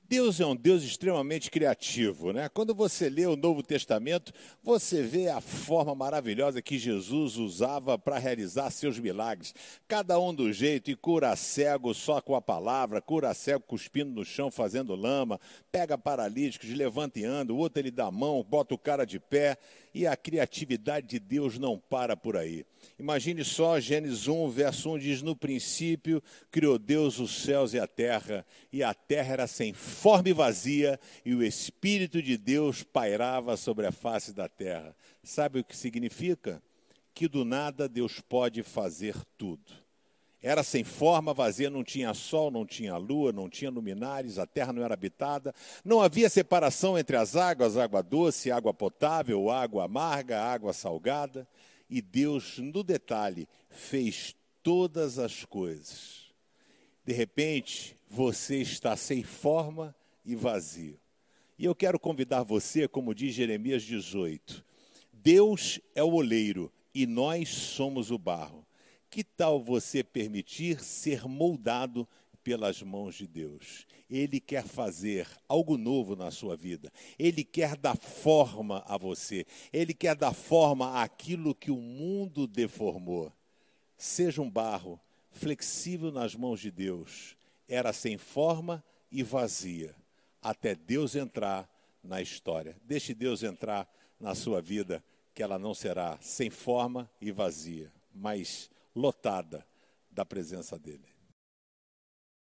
Deus é um Deus extremamente criativo, né? Quando você lê o Novo Testamento, você vê a forma maravilhosa que Jesus usava para realizar seus milagres. Cada um do jeito, e cura cego só com a palavra, cura cego cuspindo no chão, fazendo lama, pega paralíticos, levanta e anda, o outro ele dá a mão, bota o cara de pé, e a criatividade de Deus não para por aí. Imagine só, Gênesis 1, verso 1 diz, no princípio criou Deus os céus e a terra era sem forma e vazia, e o Espírito de Deus pairava sobre a face da terra. Sabe o que significa? Que do nada Deus pode fazer tudo. Era sem forma, vazia, não tinha sol, não tinha lua, não tinha luminares, a terra não era habitada, não havia separação entre as águas, água doce, água potável, água amarga, água salgada, e Deus, no detalhe, fez todas as coisas. De repente, você está sem forma e vazio. E eu quero convidar você, como diz Jeremias 18, Deus é o oleiro e nós somos o barro. Que tal você permitir ser moldado pelas mãos de Deus? Ele quer fazer algo novo na sua vida. Ele quer dar forma a você. Ele quer dar forma àquilo que o mundo deformou. Seja um barro flexível nas mãos de Deus. Era sem forma e vazia, até Deus entrar na história. Deixe Deus entrar na sua vida, que ela não será sem forma e vazia, mas lotada da presença dele.